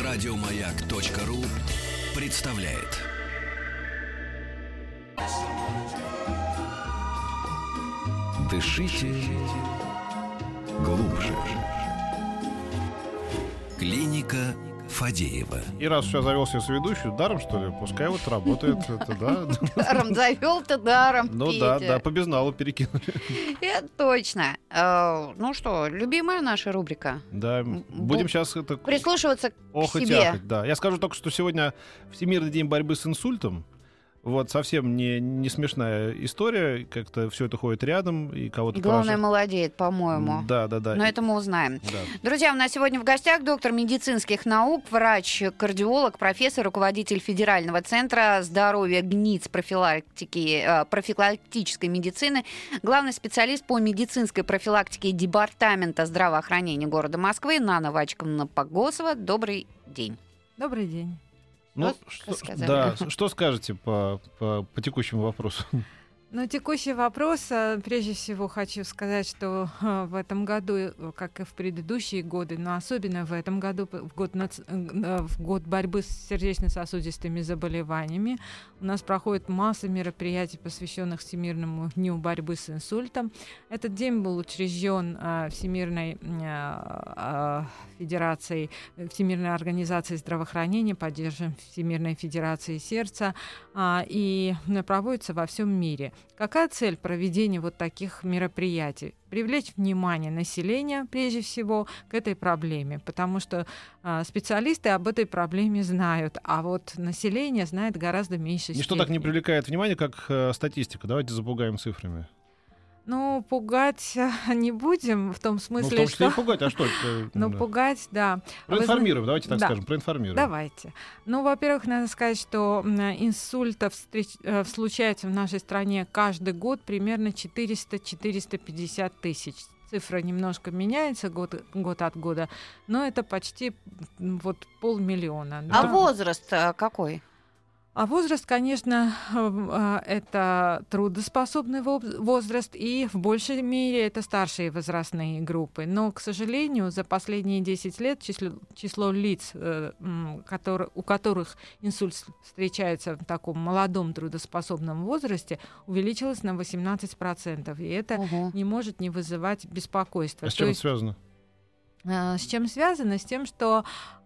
Радиомаяк.ру представляет. Дышите глубже. Клиника Фадеева. И раз уж я завелся соведущую, даром, что ли? Пускай вот работает. Это, да. Даром завел-то даром, Ну Петя. да, по безналу перекинули. Это точно. Ну что, любимая наша рубрика. Да, будем сейчас это... Прислушиваться к Охоть, себе. ахать, да. Я скажу только, что сегодня Всемирный день борьбы с инсультом. Вот совсем не смешная история, как-то все это ходит рядом и кого-то Главное, поражает. молодеет, по-моему. Да. Но это мы узнаем. Да. Друзья, у нас сегодня в гостях доктор медицинских наук, врач-кардиолог, профессор, руководитель Федерального центра здоровья ГНИЦ профилактической медицины, главный специалист по медицинской профилактике Департамента здравоохранения города Москвы Нана Вачковна-Погосова. Добрый день. Добрый день. Ну, Что сказали? да, что скажете по текущему вопросу? Ну, текущий вопрос, прежде всего хочу сказать, что в этом году, как и в предыдущие годы, но особенно в этом году, в год борьбы с сердечно-сосудистыми заболеваниями, у нас проходит масса мероприятий, посвященных Всемирному дню борьбы с инсультом. Этот день был учрежден Всемирной Федерацией, Всемирной организацией здравоохранения, поддержан Всемирной Федерацией сердца и проводится во всем мире. Какая цель проведения вот таких мероприятий? Привлечь внимание населения, прежде всего, к этой проблеме, потому что специалисты об этой проблеме знают, а вот население знает гораздо меньше. Ничто так не привлекает внимание, как статистика. Давайте запугаем цифрами. Ну, пугать не будем, в том смысле, в том числе что... и пугать, а что? Ну, пугать, да. Проинформируем, давайте так Да. скажем, проинформируем. Давайте. Ну, во-первых, надо сказать, что инсультов случается в нашей стране каждый год примерно 400-450 тысяч. Цифра немножко меняется год от года, но это почти вот 500 000. А возраст какой? А возраст, конечно, это трудоспособный возраст, и в большей мере это старшие возрастные группы. Но, к сожалению, за последние 10 лет число лиц, у которых инсульт встречается в таком молодом трудоспособном возрасте, увеличилось на 18%. И это не может не вызывать беспокойства. А с чем это связано? С чем связано? С тем, что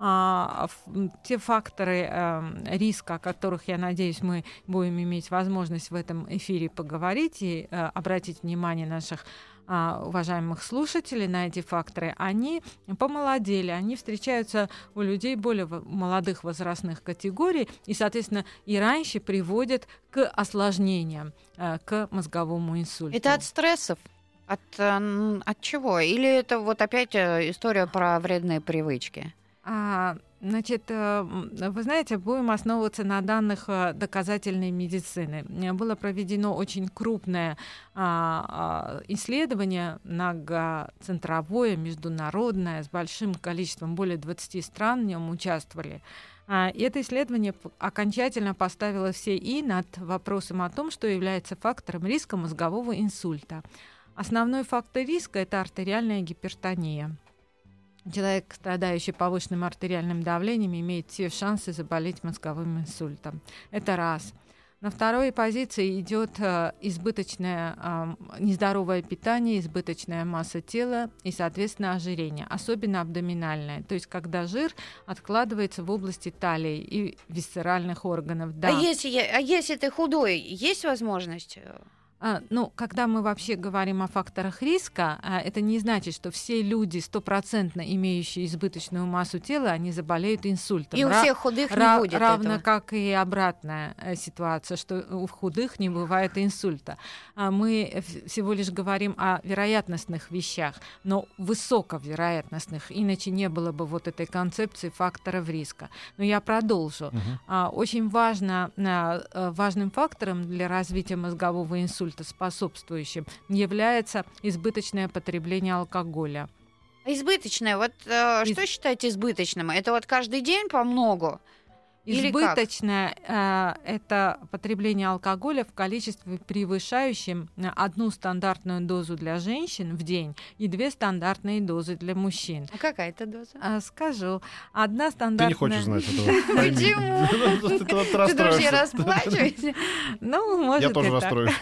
те факторы риска, о которых, я надеюсь, мы будем иметь возможность в этом эфире поговорить и обратить внимание наших уважаемых слушателей на эти факторы, они помолодели, они встречаются у людей более молодых возрастных категорий и, соответственно, и раньше приводят к осложнениям, к мозговому инсульту. Это от стрессов? От чего? Или это вот опять история про вредные привычки? Значит, вы знаете, будем основываться на данных доказательной медицины. Было проведено очень крупное исследование, многоцентровое, международное, с большим количеством, более 20 стран в нем участвовали. И это исследование окончательно поставило все над вопросом о том, что является фактором риска мозгового инсульта. Основной фактор риска – это артериальная гипертония. Человек, страдающий повышенным артериальным давлением, имеет все шансы заболеть мозговым инсультом. Это раз. На второй позиции идет избыточное нездоровое питание, избыточная масса тела и, соответственно, ожирение, особенно абдоминальное, то есть когда жир откладывается в области талии и висцеральных органов. Да. А если ты худой, есть возможность? Когда мы вообще говорим о факторах риска, это не значит, что все люди, 100% имеющие избыточную массу тела, они заболеют инсультом. И у всех худых не будет равно этого. как и обратная ситуация, что у худых не бывает инсульта. Мы всего лишь говорим о вероятностных вещах, но высоковероятностных, иначе не было бы вот этой концепции факторов риска. Но я продолжу. Очень важным фактором для развития мозгового инсульта способствующим является избыточное потребление алкоголя. Избыточное. Что считаете избыточным? Это вот каждый день по многу? Или как? Избыточное это потребление алкоголя в количестве, превышающем 1 стандартную дозу для женщин в день и 2 стандартные дозы для мужчин. А какая это доза? Скажу. 1 Ты стандартная... не хочешь знать этого. Почему? Ты думаешь, я расплачиваюсь? Ну, может, Я тоже и так. расстроюсь.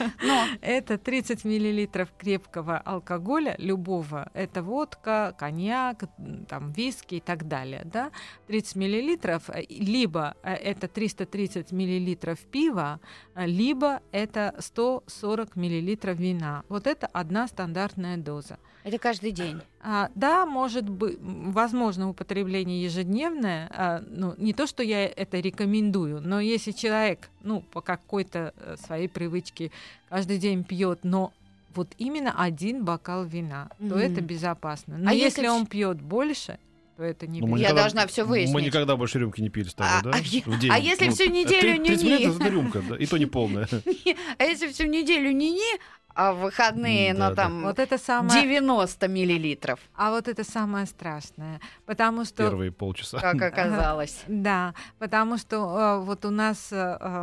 Это 30 миллилитров крепкого алкоголя, любого. Это водка, коньяк, там, виски и так далее. Да? 30 миллилитров, либо это 330 миллилитров пива, либо это 140 миллилитров вина. Вот это 1 стандартная доза. Это каждый день. Да, может быть, возможно, употребление ежедневное. Ну, не то, что я это рекомендую, но если человек, по какой-то своей привычке каждый день пьет, но вот именно 1 бокал вина, то это безопасно. Но если он пьет больше, то это не безопасно. Я должна все выяснить. Мы никогда больше рюмки не пили с тобой, да? В день. А если всю неделю 30 ни-ни? минут — это рюмка, да, и то не полная. А если всю неделю ни-ни, а в выходные, там Вот это самое... 90 миллилитров, А вот это самое страшное, потому что... Первые полчаса. как оказалось. Да, потому что вот у нас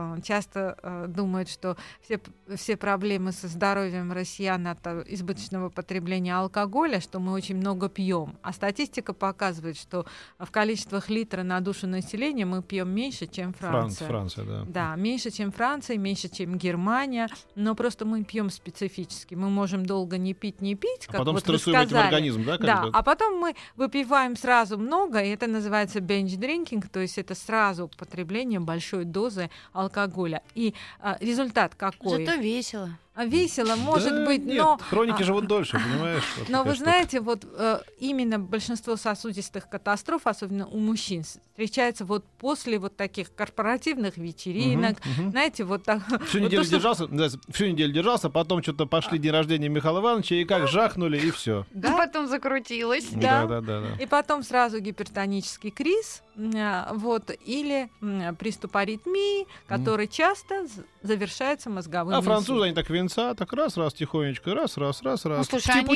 часто думают, что все проблемы со здоровьем россиян от избыточного потребления алкоголя, что мы очень много пьем. А статистика показывает, что в количествах литра на душу населения мы пьем меньше, чем Франция. Франция, да. Да, меньше, чем Франция, меньше, чем Германия, но просто мы пьем специфически. Мы можем долго не пить, как А потом вот вы стрессуем этим сказали. организм, да? Да, когда? а потом мы выпиваем сразу много, и это называется binge-drinking, то есть это сразу употребление большой дозы алкоголя. И результат какой? Зато весело. Весело, может Да быть, нет, но... хроники живут дольше, понимаешь? Вот Но такая вы штука. знаете, вот именно большинство сосудистых катастроф, особенно у мужчин, встречается вот после вот таких корпоративных вечеринок. Знаете, вот так... Всю вот неделю то, что- держался, да, всю неделю держался, потом что-то пошли день рождения Михаила Ивановича, и как жахнули, и все. А потом закрутилось. Да. Да. И потом сразу гипертонический криз, вот, или приступ аритмии, который часто завершается мозговым А французы, инсультом. они так венца, так раз, тихонечко, раз. Ну, слушай, они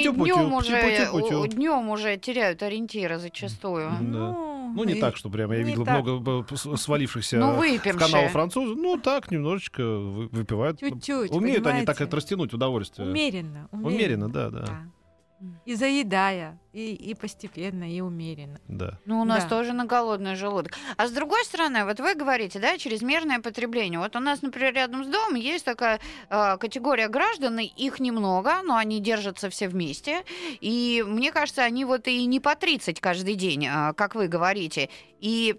днем уже теряют ориентиры зачастую. Ну, не так, что прямо я не видел так. много свалившихся Ну, в выпившие. канал французов. Ну, так, немножечко выпивают. Чуть-чуть, Умеют они так понимаете? это растянуть удовольствие. Умеренно. Умеренно, да. И заедая, и постепенно, и умеренно. Да. Ну, у нас Да. тоже на голодный желудок. А с другой стороны, вот вы говорите, да, чрезмерное потребление. Вот у нас, например, рядом с домом есть такая категория граждан, и их немного, но они держатся все вместе. И мне кажется, они вот и не по 30 каждый день, как вы говорите. И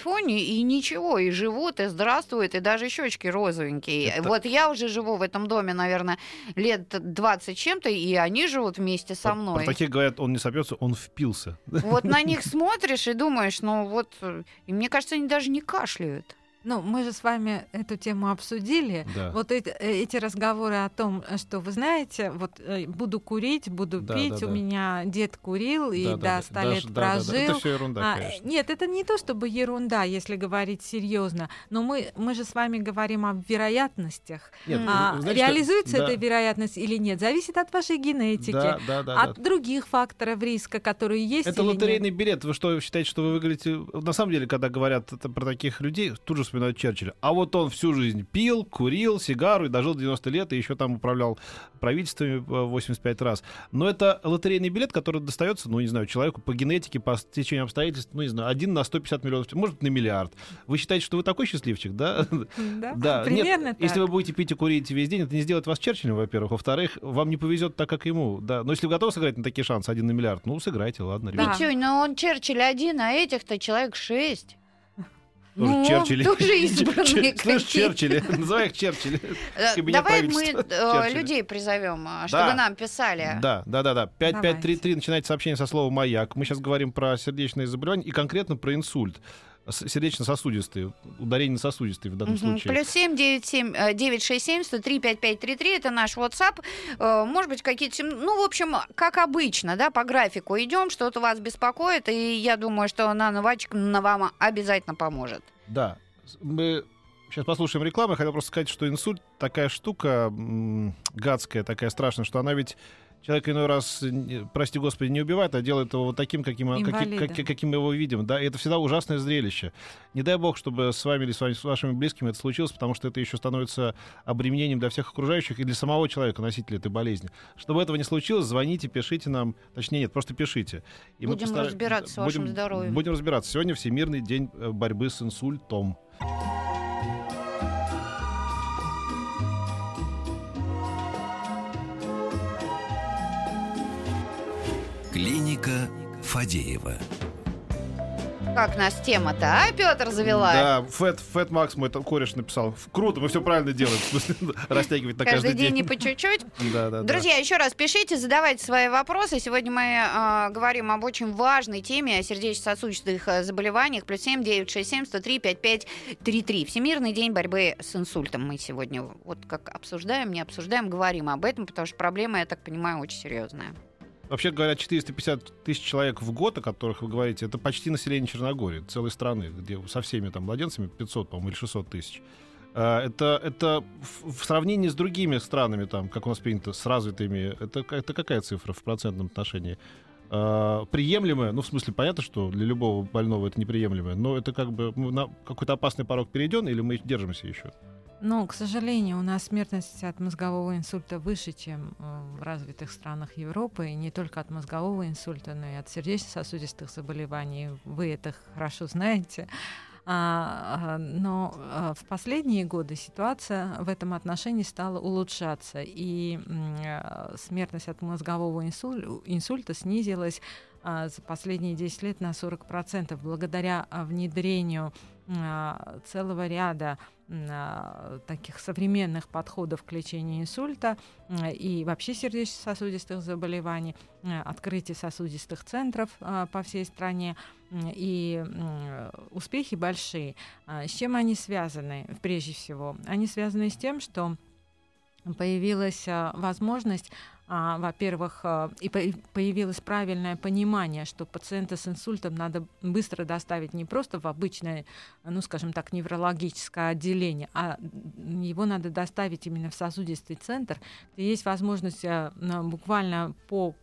и ничего, и живут, и здравствуют, и даже щечки розовенькие. Вот я уже живу в этом доме, наверное, лет 20 чем-то, и они живут вместе со мной. Про таких говорят, он не сопьется, он впился. Вот на них смотришь и думаешь, ну вот, и мне кажется, они даже не кашляют. Ну, мы же с вами эту тему обсудили. Да. Вот эти разговоры о том, что, вы знаете, вот буду курить, буду Да, пить, да, у да. меня дед курил и до 100 лет прожил. Это все ерунда, конечно. Нет, это не то чтобы ерунда, если говорить серьезно, но мы же с вами говорим о вероятностях. Нет, знаете, Реализуется да. эта вероятность или нет, зависит от вашей генетики, Да. от других факторов риска, которые есть Это или лотерейный нет. билет. Вы что, считаете, что вы выглядите... На самом деле, когда говорят это про таких людей, тут же вспоминают Черчилля. А вот он всю жизнь пил, курил сигару и дожил до 90 лет, и еще там управлял правительствами 85 раз. Но это лотерейный билет, который достается, ну, не знаю, человеку по генетике, по стечению обстоятельств, ну, не знаю, 1 на 150 миллионов, может, на миллиард. Вы считаете, что вы такой счастливчик, да? Да, примерно Нет, так. если вы будете пить и курить весь день, это не сделает вас Черчиллем, во-первых. Во-вторых, вам не повезет так, как ему. Да. Но если вы готовы сыграть на такие шансы 1 на миллиард, ну, сыграйте, ладно, Да. ребята. Петюнь, но он Черчилль один, а этих-то человек 6. Тоже Черчилли. тоже избранные Слышь, какие. Черчилли, называй их Черчилли. Кабинет Давай мы правительства. Черчилля. людей призовем, чтобы Да. нам писали. Да. 5533 начинайте сообщение со слова «Маяк». Мы сейчас говорим про сердечные заболевания и конкретно про инсульт. Сердечно-сосудистые, ударение на сосудистые в данном случае. +7 967 103 5533 это наш WhatsApp. Может быть, какие-то... Ну, в общем, как обычно, да, по графику идем, что-то вас беспокоит, и я думаю, что нановачка вам обязательно поможет. Да. Мы сейчас послушаем рекламу. Я хотел просто сказать, что инсульт такая штука гадская, такая страшная, что она ведь человек иной раз, прости господи, не убивает, а делает его вот таким, каким мы его видим. Да? И это всегда ужасное зрелище. Не дай бог, чтобы с вами или с вашими близкими это случилось, потому что это еще становится обременением для всех окружающих и для самого человека, носителя этой болезни. Чтобы этого не случилось, звоните, пишите нам. Точнее, нет, просто пишите. И будем разбираться с вашим здоровьем. Будем разбираться. Сегодня Всемирный день борьбы с инсультом. Клиника Фадеева. Как нас тема-то, а, Петр, завела? Да, Фэт Макс, мой кореш, написал. Круто, мы все правильно делаем. В смысле, растягивать на каждый день. Каждый день не по чуть-чуть. Да. Друзья, еще раз пишите, задавайте свои вопросы. Сегодня мы говорим об очень важной теме, о сердечно-сосудистых заболеваниях. +7 967 103 5533. Всемирный день борьбы с инсультом. Мы сегодня вот как обсуждаем, не обсуждаем, говорим об этом, потому что проблема, я так понимаю, очень серьезная. Вообще говорят, 450 тысяч человек в год, о которых вы говорите, это почти население Черногории, целой страны, где со всеми там младенцами 500, по-моему, или 600 тысяч. Это в сравнении с другими странами, там, как у нас принято, с развитыми, это какая цифра в процентном отношении? Приемлемое, ну, в смысле, понятно, что для любого больного это неприемлемое, но это как бы на какой-то опасный порог перейден, или мы держимся еще? Но, к сожалению, у нас смертность от мозгового инсульта выше, чем в развитых странах Европы. И не только от мозгового инсульта, но и от сердечно-сосудистых заболеваний. Вы это хорошо знаете. Но в последние годы ситуация в этом отношении стала улучшаться. И смертность от мозгового инсульта снизилась за последние 10 лет на 40% благодаря внедрению целого ряда таких современных подходов к лечению инсульта и вообще сердечно-сосудистых заболеваний, открытие сосудистых центров по всей стране, и успехи большие. С чем они связаны? Прежде всего, они связаны с тем, что появилась возможность, во-первых, и появилось правильное понимание, что пациента с инсультом надо быстро доставить не просто в обычное, ну, скажем так, неврологическое отделение, а его надо доставить именно в сосудистый центр, где есть возможность буквально по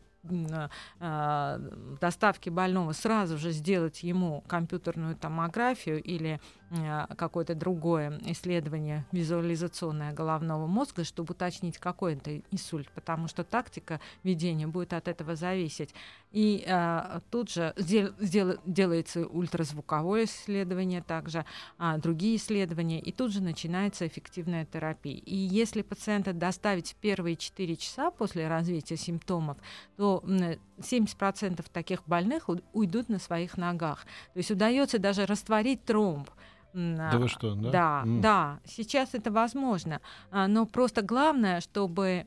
доставки больного сразу же сделать ему компьютерную томографию или какое-то другое исследование визуализационное головного мозга, чтобы уточнить, какой это инсульт, потому что тактика ведения будет от этого зависеть. И тут же делается ультразвуковое исследование, также другие исследования, и тут же начинается эффективная терапия. И если пациента доставить в первые 4 часа после развития симптомов, то 70% таких больных уйдут на своих ногах. То есть удается даже растворить тромб. Да вы что, да? Да, сейчас это возможно. Но просто главное, чтобы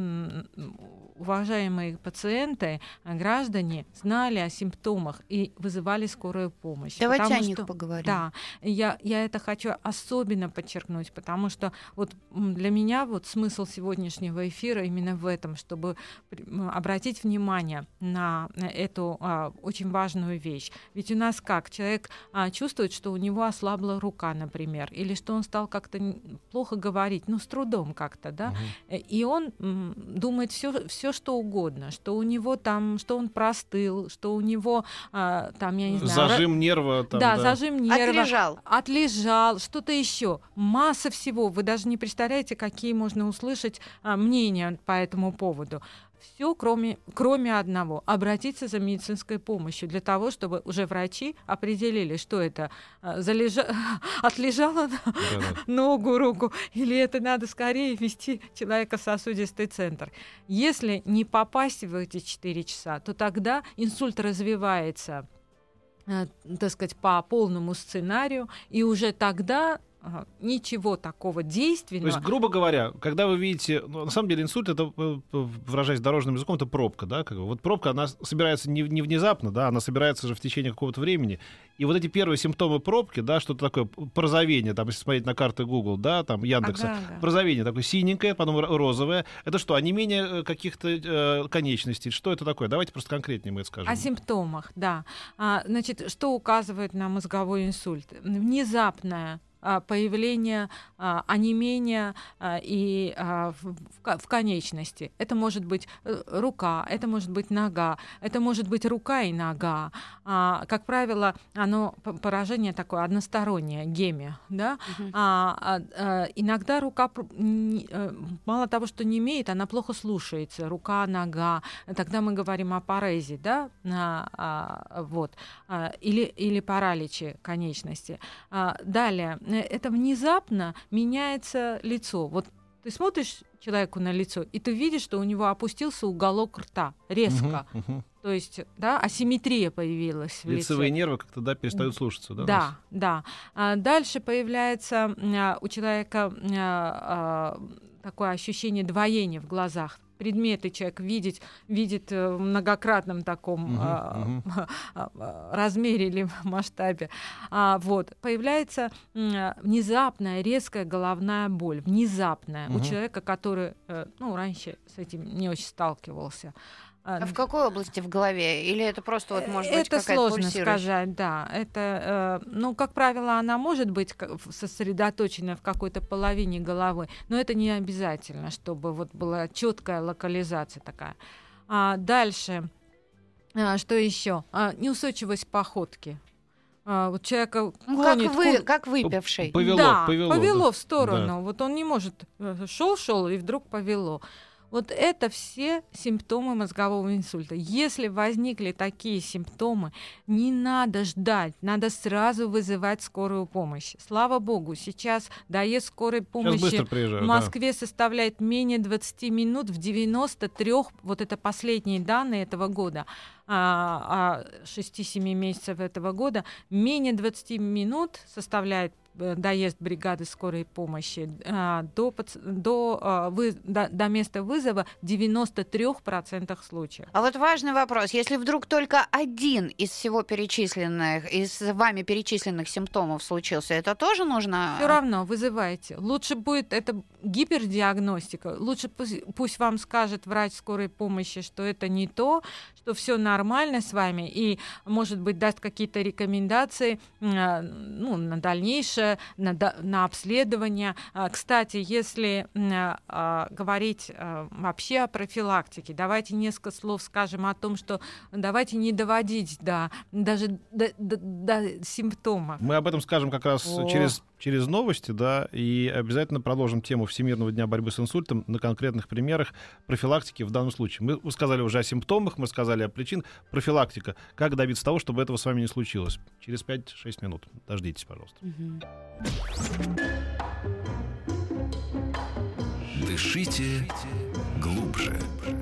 уважаемые пациенты, граждане знали о симптомах и вызывали скорую помощь. Давайте о них поговорим. Да, я это хочу особенно подчеркнуть, потому что вот для меня вот смысл сегодняшнего эфира именно в этом, чтобы обратить внимание на эту очень важную вещь. Ведь у нас как? Человек чувствует, что у него ослабла рука, например, или что он стал как-то плохо говорить, ну, с трудом как-то, да, и он думает все, что угодно, что у него там, что он простыл, что у него там, я не знаю... Зажим нерва. Там, да, зажим нерва. Отлежал, что-то еще. Масса всего. Вы даже не представляете, какие можно услышать мнения по этому поводу. Все, кроме одного. Обратиться за медицинской помощью для того, чтобы уже врачи определили, что это отлежало ногу, руку, или это надо скорее вести человека в сосудистый центр. Если не попасть в эти 4 часа, то тогда инсульт развивается, так сказать, по полному сценарию, и уже тогда ничего такого действенного. То есть, грубо говоря, когда вы видите, на самом деле инсульт, это, выражаясь дорожным языком, это пробка, да, как бы. Вот пробка, она собирается не внезапно, да, она собирается же в течение какого-то времени, и вот эти первые симптомы пробки, да, что-то такое, порозовение, там, если смотреть на карты Google, да, там, Яндекса, порозовение такое синенькое, потом розовое, это что, онемение каких-то конечностей, что это такое? Давайте просто конкретнее мы это скажем. О симптомах, да. Значит, что указывает на мозговой инсульт? Внезапное появление онемения и в конечности. Это может быть рука, это может быть нога, это может быть рука и нога. Как правило, поражение такое одностороннее, гемия. Да? Иногда рука, мало того, что не имеет, она плохо слушается. Рука, нога. Тогда мы говорим о парезе, да? Или параличе конечности. Далее, это внезапно меняется лицо. Вот ты смотришь человеку на лицо, и ты видишь, что у него опустился уголок рта резко. То есть, да, асимметрия появилась в лице. Лицевые нервы как-то, перестают слушаться, да? Да. Дальше появляется у человека такое ощущение двоения в глазах. Предметы человек видит в многократном таком размере или масштабе. Появляется внезапная резкая головная боль. Внезапная. У человека, который раньше с этим не очень сталкивался. А в какой области в голове? Или это просто может быть это какая-то сложно пульсирующая? сказать, да. Это, как правило, она может быть сосредоточена в какой-то половине головы, но это не обязательно, чтобы была четкая локализация такая. Дальше, что еще? Неустойчивость походки. Человека клонит... как выпивший. Повело в сторону. Да. Он не может... Шел, и вдруг повело. Это все симптомы мозгового инсульта. Если возникли такие симптомы, не надо ждать, надо сразу вызывать скорую помощь. Слава богу, сейчас доезд скорой помощи в Москве составляет менее 20 минут в 93, это последние данные этого года, 6-7 месяцев этого года, менее 20 минут составляет доезд бригады скорой помощи до места вызова в 93% случаев. А важный вопрос. Если вдруг только один из всего из вами перечисленных симптомов случился, это тоже нужно? Все равно вызывайте. Лучше будет это гипердиагностика. Лучше пусть вам скажет врач скорой помощи, что это не то, что все нормально с вами, и, может быть, даст какие-то рекомендации на дальнейшее, на обследование. Кстати, если говорить вообще о профилактике, давайте несколько слов скажем о том, что давайте не доводить даже до симптомов. Мы об этом скажем как раз через новости, и обязательно продолжим тему Всемирного дня борьбы с инсультом на конкретных примерах профилактики в данном случае. Мы сказали уже о симптомах, мы сказали о причинах. Профилактика. Как добиться того, чтобы этого с вами не случилось? Через 5-6 минут. Дождитесь, пожалуйста. Дышите глубже.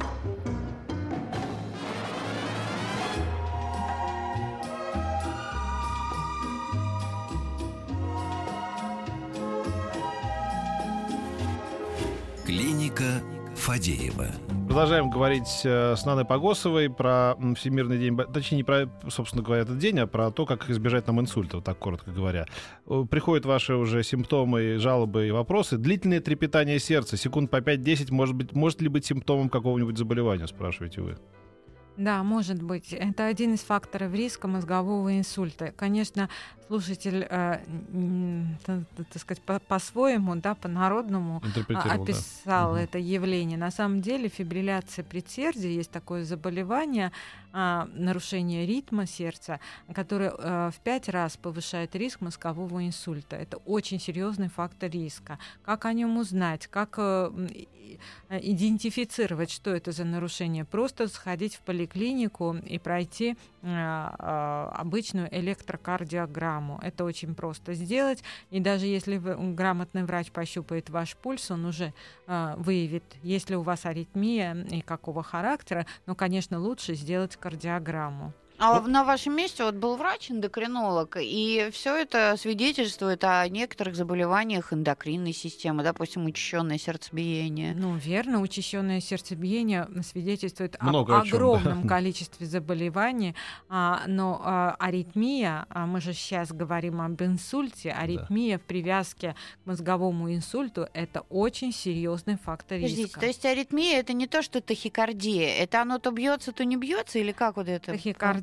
Клиника Фадеева. Продолжаем говорить с Наной Погосовой про Всемирный день, точнее, не про, собственно говоря, этот день, а про то, как избежать нам инсульта, так коротко говоря. Приходят ваши уже симптомы, жалобы и вопросы. Длительное трепетание сердца, секунд по 5-10, может ли быть симптомом какого-нибудь заболевания, спрашиваете вы? Да, может быть. Это один из факторов риска мозгового инсульта. Конечно, слушатель, так сказать, по-своему, по-народному описал это явление. На самом деле фибрилляция предсердия, есть такое заболевание, нарушение ритма сердца, которое в 5 раз повышает риск мозгового инсульта. Это очень серьезный фактор риска. Как о нем узнать? Как идентифицировать, что это за нарушение? Просто сходить в поликлинику и пройти обычную электрокардиограмму. Это очень просто сделать. И даже если грамотный врач пощупает ваш пульс, он уже выявит, есть ли у вас аритмия и какого характера. Но, конечно, лучше сделать кардиограмму. А на вашем месте был врач-эндокринолог, и все это свидетельствует о некоторых заболеваниях эндокринной системы, допустим, учащенное сердцебиение. Верно, учащенное сердцебиение свидетельствует о огромном количестве заболеваний, но аритмия, мы же сейчас говорим об инсульте, аритмия в привязке к мозговому инсульту — это очень серьезный фактор риска. То есть аритмия — это не то, что тахикардия, это оно то бьется, то не бьется, или как это? Тахикардия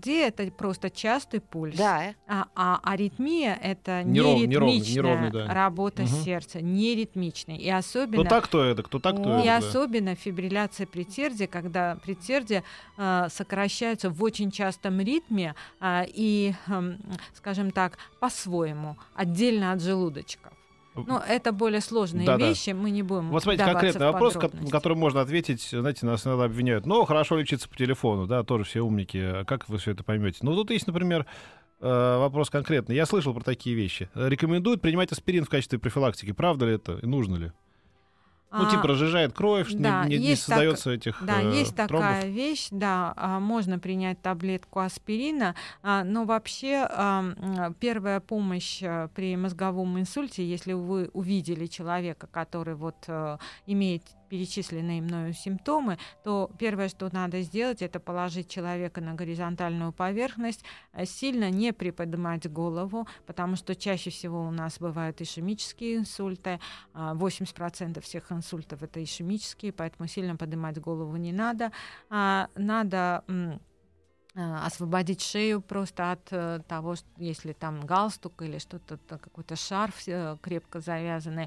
Тахикардия — это просто частый пульс. Да. А аритмия — это Неровный, неритмичная да. работа сердца, неритмичная. И особенно... Кто так, то это, кто так, то И это. Да. особенно фибрилляция предсердия, когда предсердия сокращаются в очень частом ритме и, скажем так, по-своему, отдельно от желудочков. Но это более сложные вещи, мы не будем Вот смотрите, вдаваться конкретный в вопрос, подробности. который можно ответить. Знаете, нас иногда обвиняют. Ну, хорошо лечиться по телефону, да, тоже все умники. А как вы все это поймете? Ну, тут есть, например, вопрос конкретный. Я слышал про такие вещи. Рекомендуют принимать аспирин в качестве профилактики. Правда ли это и нужно ли? Ну, типа разжижает кровь, да, не создается этих Да, есть тромбов. такая вещь, да, можно принять таблетку аспирина, но вообще первая помощь при мозговом инсульте, если вы увидели человека, который вот имеет перечисленные мною симптомы, то первое, что надо сделать, это положить человека на горизонтальную поверхность, сильно не приподнимать голову, потому что чаще всего у нас бывают ишемические инсульты, 80% всех инсультов — это ишемические, поэтому сильно поднимать голову не надо. Надо освободить шею просто от того, что если там галстук или что-то, какой-то шарф крепко завязанный,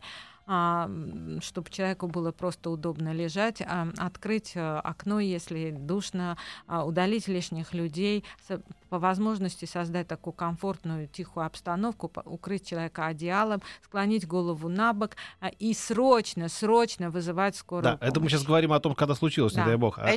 чтобы человеку было просто удобно лежать, открыть окно, если душно, удалить лишних людей, по возможности создать такую комфортную, тихую обстановку, укрыть человека одеялом, склонить голову на бок и срочно вызывать скорую помощь. Это мы сейчас говорим о том, когда случилось, не дай бог.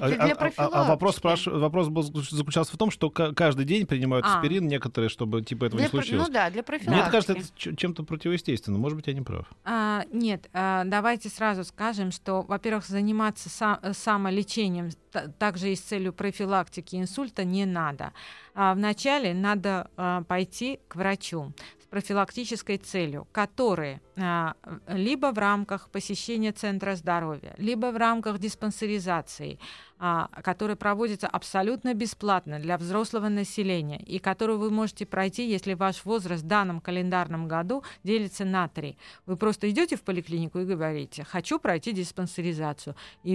Вопрос был, заключался в том, что каждый день принимают аспирин некоторые, чтобы типа этого не случилось. Ну да, для профилактики. Мне кажется, это чем-то противоестественно. Может быть, я не прав. Нет, давайте сразу скажем, что, во-первых, заниматься самолечением также и с целью профилактики инсульта не надо. Вначале надо пойти к врачу с профилактической целью, которые либо в рамках посещения центра здоровья, либо в рамках диспансеризации, которая проводится абсолютно бесплатно для взрослого населения и которую вы можете пройти, если ваш возраст в данном календарном году делится на 3. Вы просто идете в поликлинику и говорите: хочу пройти диспансеризацию, и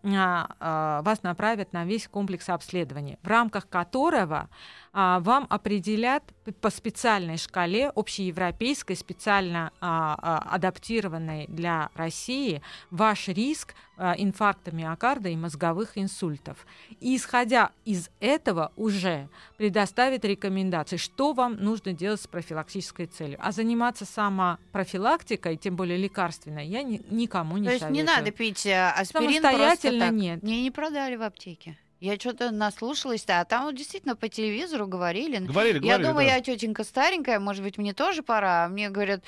вас направят на весь комплекс обследований, в рамках которого вам определят по специальной шкале, общеевропейской, специально адаптированной для России, ваш риск инфаркта миокарда и мозговых инсультов. И, исходя из этого, уже предоставит рекомендации, что вам нужно делать с профилактической целью. А заниматься самопрофилактикой, тем более лекарственной, я никому не советую. То есть не надо пить аспирин самостоятельно просто так? Нет. Мне не продали в аптеке. Я что-то наслушалась, а там вот действительно по телевизору говорили. Я думаю, я тетенька старенькая, может быть, мне тоже пора. А мне говорят: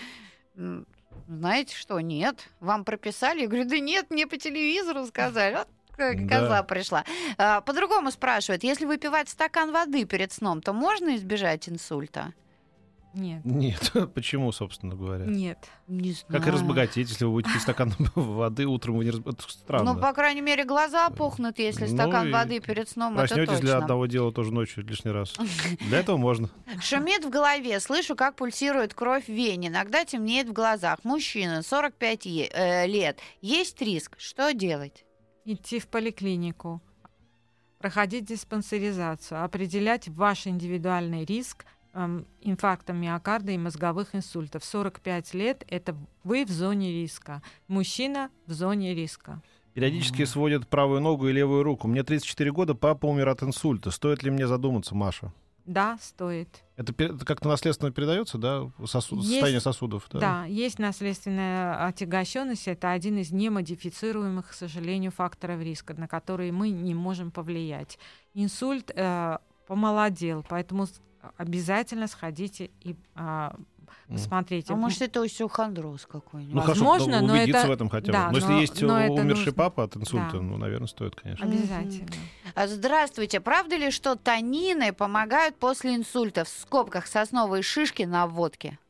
знаете что, нет, вам прописали. Я говорю: да нет, мне по телевизору сказали. Вот коза пришла. По-другому спрашивают: если выпивать стакан воды перед сном, то можно избежать инсульта? Нет. Нет. Почему, собственно говоря? Нет. Не знаю. Как и разбогатеть, если вы будете пить стакан воды утром, вы не это странно. Ну, по крайней мере, глаза пухнут, если стакан воды перед сном, это точно. Проснётесь для одного дела тоже ночью лишний раз. Для этого можно. Шумит в голове, слышу, как пульсирует кровь в вене, иногда темнеет в глазах. Мужчина, 45 лет. Есть риск. Что делать? Идти в поликлинику, проходить диспансеризацию, определять ваш индивидуальный риск инфаркта миокарда и мозговых инсультов. 45 лет — это вы в зоне риска. Мужчина в зоне риска. Периодически сводят правую ногу и левую руку. Мне 34 года, папа умер от инсульта. Стоит ли мне задуматься, Маша? Да, стоит. Это как-то наследственно передается, да? Состояние сосудов? Да, есть наследственная отягощенность. Это один из немодифицируемых, к сожалению, факторов риска, на которые мы не можем повлиять. Инсульт помолодел, поэтому обязательно сходите и посмотрите. А может, это остеохондроз какой-нибудь? Ну, возможно, хорошо, но убедиться это... в этом хотя бы. Да, но если есть умерший нужно. папа от инсульта, Да. ну, наверное, стоит, конечно. Обязательно. Здравствуйте. Правда ли, что танины помогают после инсульта? В скобках сосновые шишки на водке.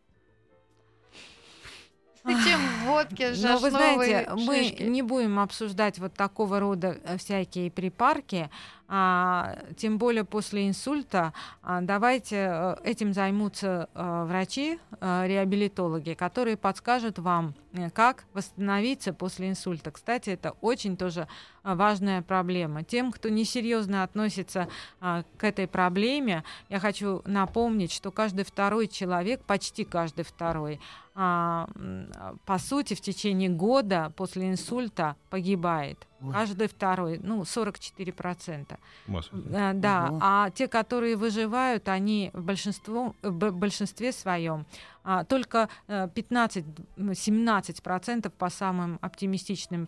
Зачем водки, Но вы знаете, шишки? мы не будем обсуждать вот такого рода всякие припарки. тем более после инсульта, давайте этим займутся врачи, реабилитологи, которые подскажут вам, как восстановиться после инсульта. Кстати, это очень тоже важная проблема. Тем, кто несерьезно относится к этой проблеме, я хочу напомнить, что каждый второй человек, почти каждый второй, по сути, в течение года после инсульта погибает. Каждый второй, 44%. Да, а те, которые выживают, они в большинстве своем только 15-17% по самым оптимистичным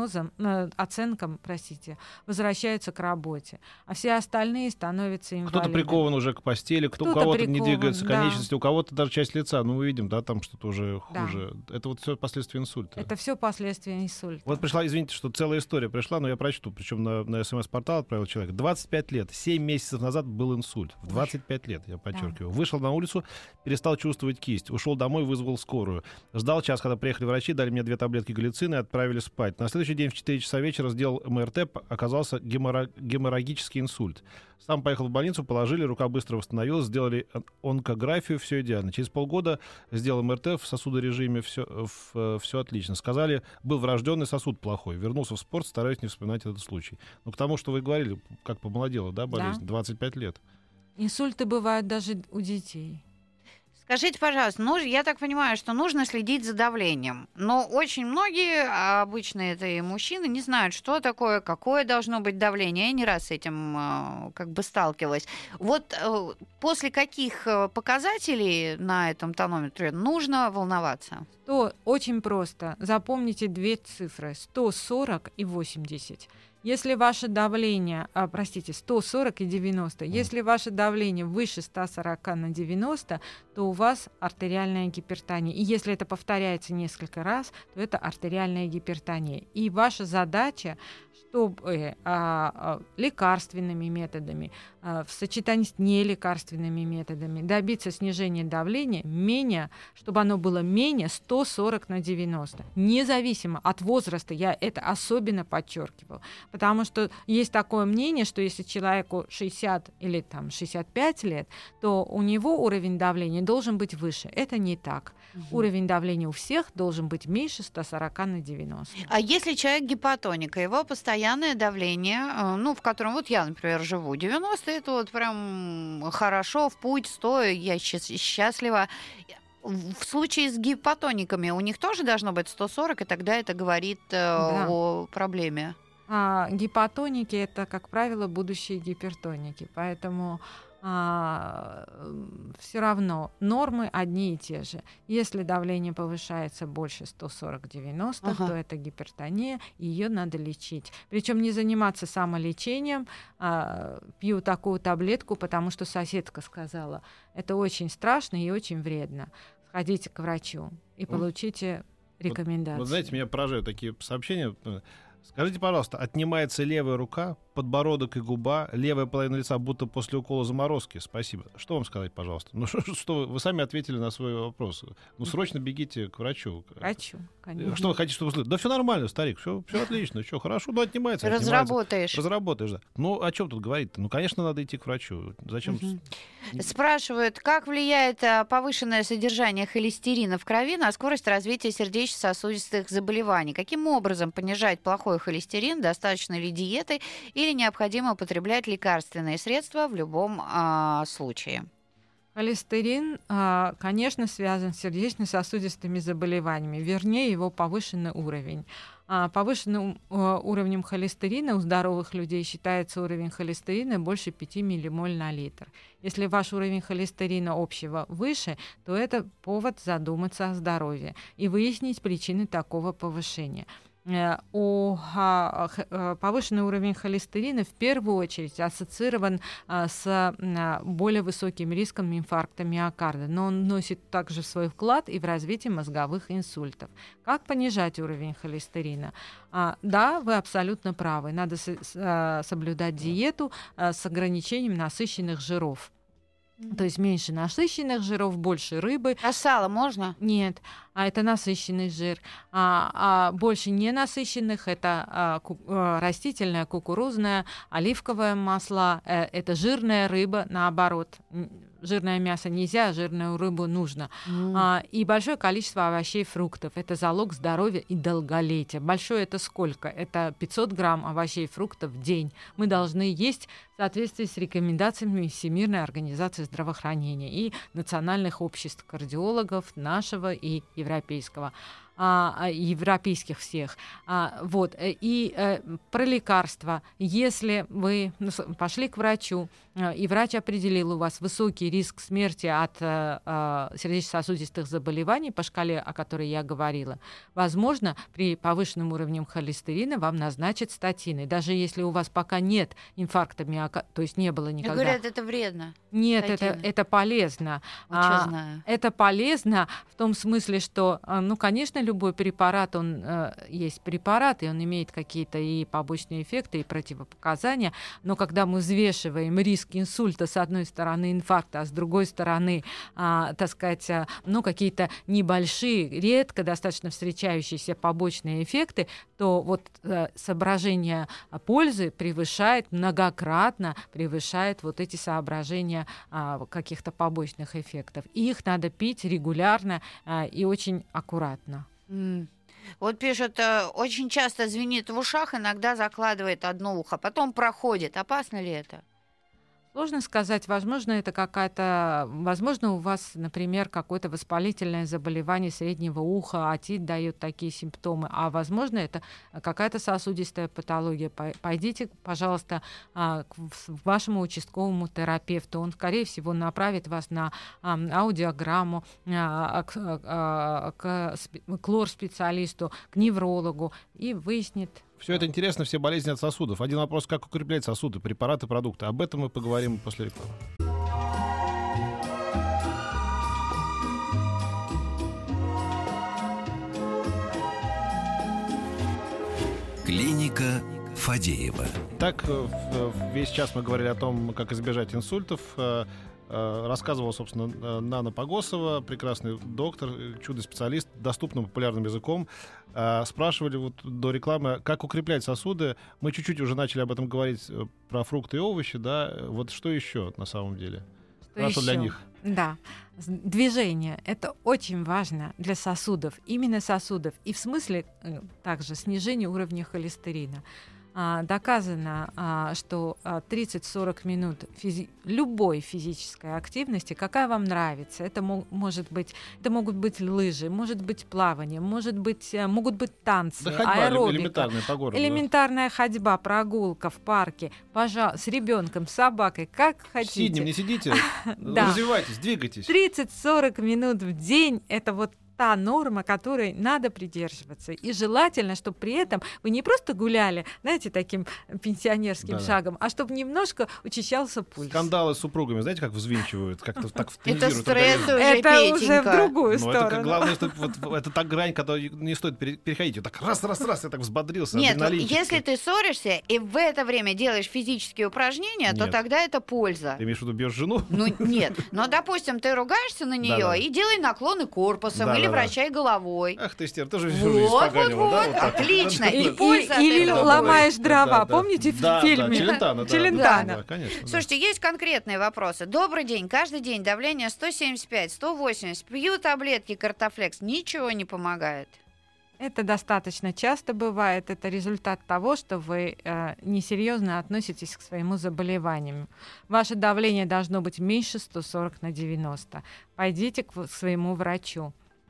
оценкам, возвращаются к работе. А все остальные становятся инвалидами. Кто-то прикован уже к постели, у кого-то не двигаются конечности, у кого-то даже часть лица. Мы видим, да, там что-то уже хуже. Это вот все последствия инсульта. Это все последствия инсульта. Вот пришла, извините, что целая история пришла, но я прочту. Причем на СМС-портал отправил человек. 25 лет, 7 месяцев назад был инсульт. В 25 лет, я подчеркиваю. Вышел на улицу, перестал чувствовать кисть. Ушел домой, вызвал скорую. Ждал час, когда приехали врачи, дали мне 2 таблетки галлицина и отправили спать. На следующий день в 4 часа вечера сделал МРТ, оказался геморрагический инсульт. Сам поехал в больницу, положили, рука быстро восстановилась, сделали онкографию, все идеально. Через полгода сделал МРТ в сосудорежиме, все отлично. Сказали, был врожденный сосуд плохой. Вернулся в спорт, стараюсь не вспоминать этот случай. Но к тому, что вы говорили, как помолодела, да, болезнь? Да. 25 лет. Инсульты бывают даже у детей. Скажите, пожалуйста, я так понимаю, что нужно следить за давлением, но очень многие, обычно это и мужчины, не знают, что такое, какое должно быть давление. Я не раз с этим сталкивалась. Вот после каких показателей на этом тонометре нужно волноваться? То очень просто. Запомните 2 цифры: 140 и 80. Если ваше давление, 140 и 90, если ваше давление выше 140 на 90, то у вас артериальная гипертония. И если это повторяется несколько раз, то это артериальная гипертония. И ваша задача, чтобы лекарственными методами, в сочетании с нелекарственными методами добиться снижения давления чтобы оно было менее 140 на 90. Независимо от возраста, я это особенно подчеркиваю. Потому что есть такое мнение, что если человеку 60 или 65 лет, то у него уровень давления должен быть выше. Это не так. Уровень давления у всех должен быть меньше 140 на 90. А если человек гипотоник, его постоянное давление, в котором я, например, живу, 90, это вот прям хорошо, в путь, стоя, я счастлива. В случае с гипотониками у них тоже должно быть 140, и тогда это говорит о проблеме. Гипотоники — это, как правило, будущие гипертоники, поэтому все равно нормы одни и те же. Если давление повышается больше 140-90, то это гипертония, ее надо лечить. Причем не заниматься самолечением, пью такую таблетку, потому что соседка сказала. Это очень страшно и очень вредно. Сходите к врачу и получите рекомендации. Вот знаете, меня поражают такие сообщения. Скажите, пожалуйста, отнимается левая рука, подбородок и губа, левая половина лица будто после укола заморозки? Спасибо. Что вам сказать, пожалуйста? Что вы сами ответили на свой вопрос. Срочно бегите к врачу. Врачу, конечно. Что вы хотите, чтобы услышать? Да все нормально, старик, все отлично, все хорошо, отнимается. Разработаешь, да. О чем тут говорить-то? Конечно, надо идти к врачу. Зачем? Спрашивают, как влияет повышенное содержание холестерина в крови на скорость развития сердечно-сосудистых заболеваний? Каким образом понижать плохой холестерин? Достаточно ли диеты или необходимо употреблять лекарственные средства в любом случае? Холестерин, конечно, связан с сердечно-сосудистыми заболеваниями, вернее, его повышенный уровень. Повышенным уровнем холестерина у здоровых людей считается уровень холестерина больше 5 миллимоль на литр. Если ваш уровень холестерина общего выше, то это повод задуматься о здоровье и выяснить причины такого повышения. Повышенный уровень холестерина в первую очередь ассоциирован с более высоким риском инфаркта миокарда, но он носит также свой вклад и в развитие мозговых инсультов. Как понижать уровень холестерина? Да, вы абсолютно правы. Надо соблюдать диету с ограничением насыщенных жиров. То есть меньше насыщенных жиров, больше рыбы. А сало можно? Нет, это насыщенный жир. Больше ненасыщенных — это растительное, кукурузное, оливковое масло, это жирная рыба, наоборот. Жирное мясо нельзя, жирную рыбу нужно. И большое количество овощей и фруктов. Это залог здоровья и долголетия. Большое — это сколько? Это 500 грамм овощей и фруктов в день. Мы должны есть в соответствии с рекомендациями Всемирной организации здравоохранения и национальных обществ кардиологов нашего и европейского. Европейских всех. И про лекарства. Если вы пошли к врачу, и врач определил у вас высокий риск смерти от сердечно-сосудистых заболеваний по шкале, о которой я говорила, возможно, при повышенном уровне холестерина вам назначат статины. Даже если у вас пока нет инфаркта миокарда, то есть не было никогда. Говорят, это вредно. Нет, это полезно. Знаю. Это полезно в том смысле, что, конечно, любой препарат, он есть препарат, и он имеет какие-то и побочные эффекты, и противопоказания, но когда мы взвешиваем риск инсульта с одной стороны, инфаркта, а с другой стороны, какие-то небольшие, редко достаточно встречающиеся побочные эффекты, то соображение пользы многократно превышает эти соображения каких-то побочных эффектов. И их надо пить регулярно и очень аккуратно. Вот пишут, очень часто звенит в ушах, иногда закладывает одно ухо, потом проходит. Опасно ли это? Сложно сказать. Возможно, у вас, например, какое-то воспалительное заболевание среднего уха, отит дает такие симптомы, а возможно, это какая-то сосудистая патология. Пойдите, пожалуйста, к вашему участковому терапевту. Он, скорее всего, направит вас на аудиограмму, к лор-специалисту, к неврологу и выяснит. Все это интересно, все болезни от сосудов. Один вопрос: как укреплять сосуды, препараты, продукты. Об этом мы поговорим после рекламы. Клиника Фадеева. Так, весь час мы говорили о том, как избежать инсультов. Рассказывала, собственно, Нана Погосова, прекрасный доктор, чудо-специалист, доступным популярным языком. Спрашивали до рекламы, как укреплять сосуды. Мы чуть-чуть уже начали об этом говорить, про фрукты и овощи, да. Вот что еще на самом деле? Хорошо для них. Да. Движение — это очень важно для сосудов, именно сосудов. И в смысле также снижения уровня холестерина. Доказано, что 30-40 минут любой физической активности, какая вам нравится, это могут быть лыжи, может быть плавание, могут быть танцы, да, ходьба, аэробика, элементарная по городу, элементарная ходьба, прогулка в парке, пожалуйста, с ребенком, с собакой, как хотите. Сиднем не сидите, развивайтесь, двигайтесь. 30-40 минут в день — это та норма, которой надо придерживаться. И желательно, чтобы при этом вы не просто гуляли, знаете, таким пенсионерским шагом, а чтобы немножко учащался пульс. Скандалы с супругами, знаете, как взвинчивают, как-то так это тонизируют. стресс уже, это уже в другую сторону. Это главное, что это та грань, которую не стоит переходить. Вот так раз, я так взбодрился. Нет, если ты ссоришься и в это время делаешь физические упражнения, то тогда это польза. Ты имеешь в виду бьешь жену? Ну нет, но допустим, ты ругаешься на нее и делай наклоны корпусом или вращай головой. Ах ты, Стер, ты же всю жизнь испоганила, да? Вот отлично. Или ломаешь дрова. Помните в фильме? Челентано. Конечно. Слушайте, есть конкретные вопросы. Добрый день. Каждый день давление 175, 180. Пью таблетки Кортофлекс. Ничего не помогает. Это достаточно часто бывает. Это результат того, что вы несерьезно относитесь к своему заболеванию. Ваше давление должно быть меньше 140/90. Пойдите к своему врачу.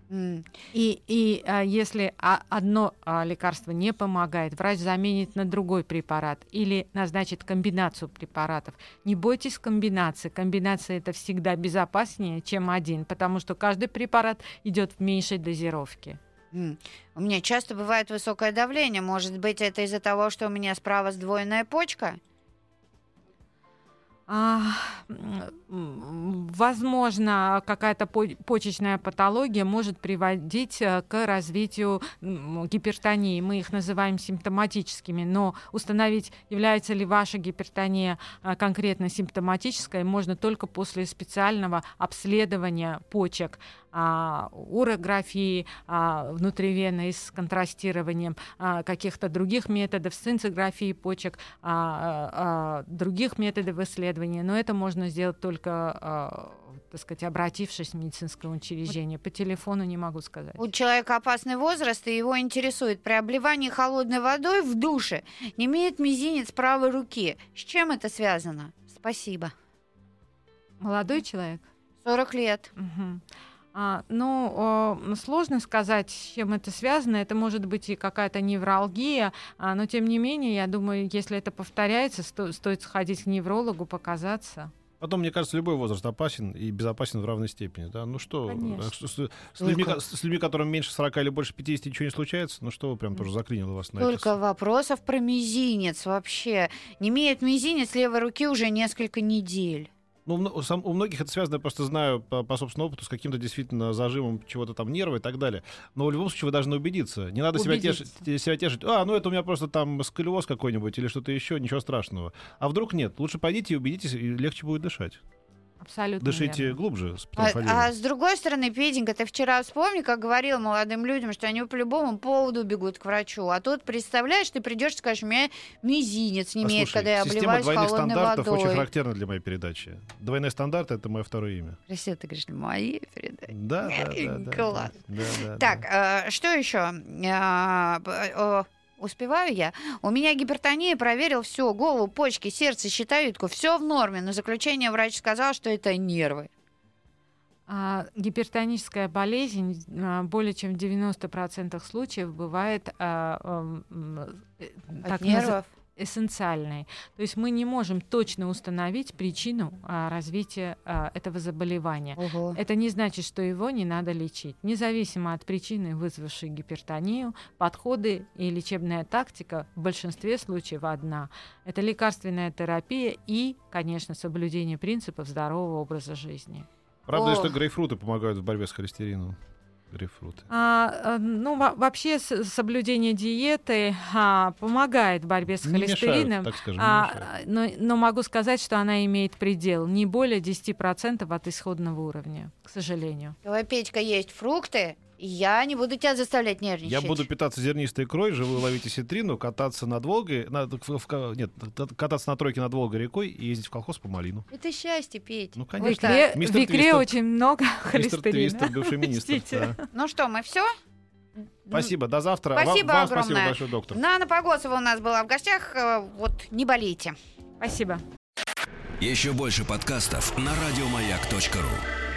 И если одно лекарство не помогает, врач заменит на другой препарат или назначит комбинацию препаратов. Не бойтесь комбинации. Комбинация — это всегда безопаснее, чем один, потому что каждый препарат идет в меньшей дозировке. У меня часто бывает высокое давление. Может быть, это из-за того, что у меня справа сдвоенная почка? Возможно, какая-то почечная патология может приводить к развитию гипертонии. Мы их называем симптоматическими, но установить, является ли ваша гипертония конкретно симптоматической, можно только после специального обследования почек, урографии внутривенной с контрастированием, каких-то других методов, сцинциграфии почек, других методов исследования. Но это можно сделать только, так сказать, обратившись в медицинское учреждение. По телефону не могу сказать. У человека опасный возраст, и его интересует: при обливании холодной водой в душе не имеет мизинец правой руки. С чем это связано? Спасибо. Молодой человек? 40 лет. Угу. Сложно сказать, с чем это связано. Это может быть и какая-то невралгия, но тем не менее, я думаю, если это повторяется, стоит сходить к неврологу, показаться. Потом, мне кажется, любой возраст опасен и безопасен в равной степени. Да? Ну что, с людьми, которым меньше 40 или больше 50, ничего не случается? Ну что вы прям тоже заклинило вас на это? Только вопросов про мизинец вообще. Не имеет мизинец левой руки уже несколько недель. Ну, у многих это связано, я просто знаю по собственному опыту, с каким-то действительно зажимом чего-то там нерва и так далее. Но в любом случае вы должны убедиться. Не надо себя тешить. Это у меня просто там сколиоз какой-нибудь или что-то еще, ничего страшного. А вдруг нет? Лучше пойдите и убедитесь, и легче будет дышать. Абсолютно Дышите верно. глубже. А с другой стороны, Петенька, ты вчера вспомни, как говорил молодым людям, что они по любому поводу бегут к врачу. А тут, представляешь, ты придешь и скажешь: у меня мизинец не имеет, когда я обливаюсь холодной водой. Система двойных стандартов очень характерна для моей передачи. Двойные стандарты — это мое второе имя. Красиво ты говоришь, моей передачи. Да. Класс. Так, что еще? Успеваю я. У меня гипертония, проверил все: голову, почки, сердце, щитовидку, все в норме. Но заключение врач сказал, что это нервы. Гипертоническая болезнь более чем в 90% случаев бывает от нервов. Эссенциальной. То есть мы не можем точно установить причину развития этого заболевания. Ого. Это не значит, что его не надо лечить. Независимо от причины, вызвавшей гипертонию, подходы и лечебная тактика в большинстве случаев одна. Это лекарственная терапия и, конечно, соблюдение принципов здорового образа жизни. Правда, что грейпфруты помогают в борьбе с холестерином? Грейпфруты. Вообще соблюдение диеты помогает в борьбе с холестерином, так скажем, но могу сказать, что она имеет предел не более 10% от исходного уровня, к сожалению. Давай, Петька, есть фрукты, я не буду тебя заставлять нервничать. Я буду питаться зернистой икрой, живую ловить осетрину, кататься над Волгой, кататься на тройке над Волгой рекой и ездить в колхоз по малину. Это счастье, Петь. Ну, конечно. В икре очень много холестерина. Мистер Твистер, бывший министр. Да. Ну что, мы все? Спасибо, до завтра. Спасибо вам огромное. Спасибо большое, доктор. Нана Погосова у нас была в гостях. Вот, не болейте. Спасибо. Еще больше подкастов на радиомаяк.ру.